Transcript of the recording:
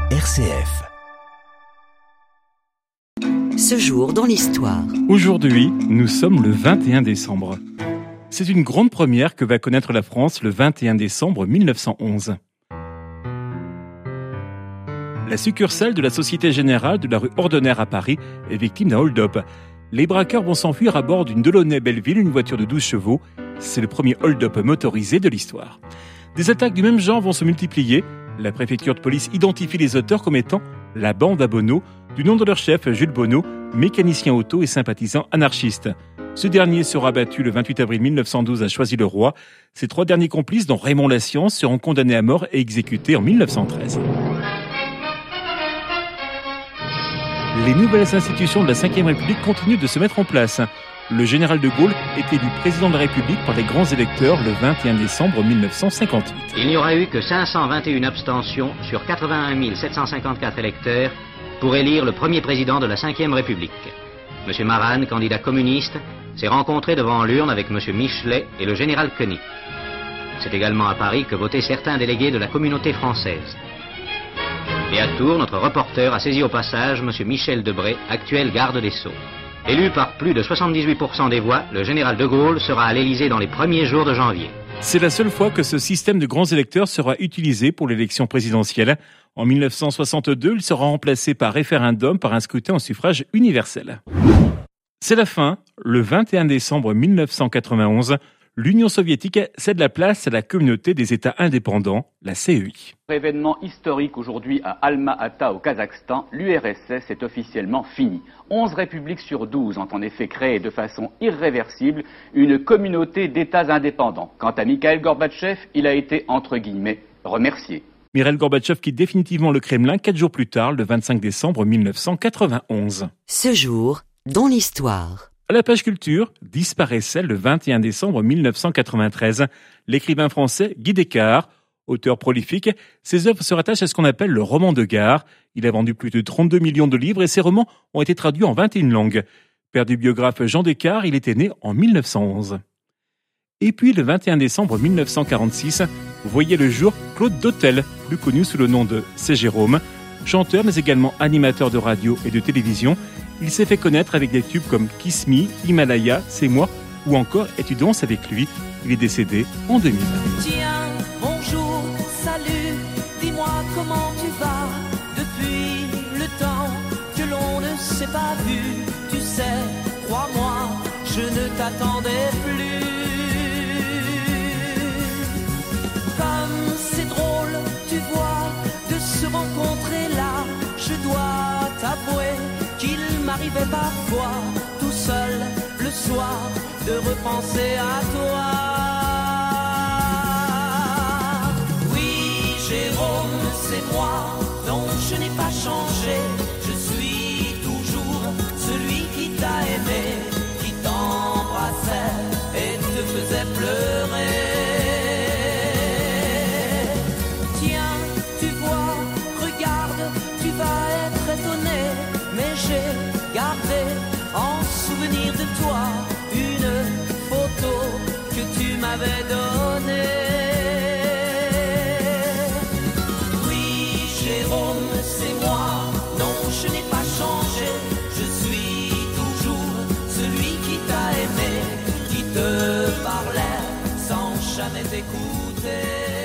RCF. Ce jour dans l'histoire. Aujourd'hui, nous sommes le 21 décembre. C'est une grande première que va connaître la France le 21 décembre 1911. La succursale de la Société Générale de la rue Ordonnaire à Paris est victime d'un hold-up. Les braqueurs vont s'enfuir à bord d'une Delaunay Belleville, une voiture de 12 chevaux. C'est le premier hold-up motorisé de l'histoire. Des attaques du même genre vont se multiplier. La préfecture de police identifie les auteurs comme étant la bande à Bonneau, du nom de leur chef Jules Bonneau, mécanicien auto et sympathisant anarchiste. Ce dernier sera battu le 28 avril 1912 à Choisy-le-Roi. Ses trois derniers complices, dont Raymond Lascience, seront condamnés à mort et exécutés en 1913. Les nouvelles institutions de la Ve République continuent de se mettre en place. Le général de Gaulle est élu président de la République par les grands électeurs le 21 décembre 1958. Il n'y aura eu que 521 abstentions sur 81 754 électeurs pour élire le premier président de la Ve République. M. Maran, candidat communiste, s'est rencontré devant l'urne avec M. Michelet et le général Koenig. C'est également à Paris que votaient certains délégués de la communauté française. Et à Tours, notre reporter a saisi au passage M. Michel Debré, actuel garde des Sceaux. Élu par plus de 78% des voix, le général de Gaulle sera à l'Élysée dans les premiers jours de janvier. C'est la seule fois que ce système de grands électeurs sera utilisé pour l'élection présidentielle. En 1962, il sera remplacé par référendum par un scrutin au suffrage universel. C'est la fin. Le 21 décembre 1991, l'Union soviétique cède la place à la communauté des États indépendants, la CEI. Événement historique aujourd'hui à Alma-Ata au Kazakhstan, l'URSS est officiellement finie. 11 républiques sur 12 ont en effet créé de façon irréversible une communauté d'États indépendants. Quant à Mikhail Gorbatchev, il a été entre guillemets remercié. Mikhail Gorbatchev quitte définitivement le Kremlin 4 jours plus tard, le 25 décembre 1991. Ce jour dans l'histoire. À la page culture, disparaissait le 21 décembre 1993 l'écrivain français Guy Descartes. Auteur prolifique, ses œuvres se rattachent à ce qu'on appelle le roman de gare. Il a vendu plus de 32 millions de livres et ses romans ont été traduits en 21 langues. Père du biographe Jean Descartes, il était né en 1911. Et puis le 21 décembre 1946, voyait le jour Claude Dautel, plus connu sous le nom de C'est Jérôme. Chanteur mais également animateur de radio et de télévision, il s'est fait connaître avec des tubes comme Kiss Me, Himalaya, C'est moi ou encore Et tu danses avec lui. Il est décédé en 2000. Tiens, bonjour, salut, dis-moi comment tu vas depuis le temps que l'on ne s'est pas vu. Tu sais, crois-moi, je ne t'attendais plus. Comme c'est drôle, tu vois, de se rencontrer là, je dois t'avouer qu'il m'arrivait parfois, tout seul, le soir, de repenser à toi. Oui, Jérôme, c'est moi, non, je n'ai pas changé. Je suis toujours celui qui t'a aimé, qui t'embrassait et te faisait pleurer. Tiens, tu vois, regarde, tu vas être étonné, mais j'ai gardé en souvenir de toi une photo que tu m'avais donnée. Oui, Jérôme, c'est moi, non, je n'ai pas changé. Je suis toujours celui qui t'a aimé, qui te parlait sans jamais t'écouter.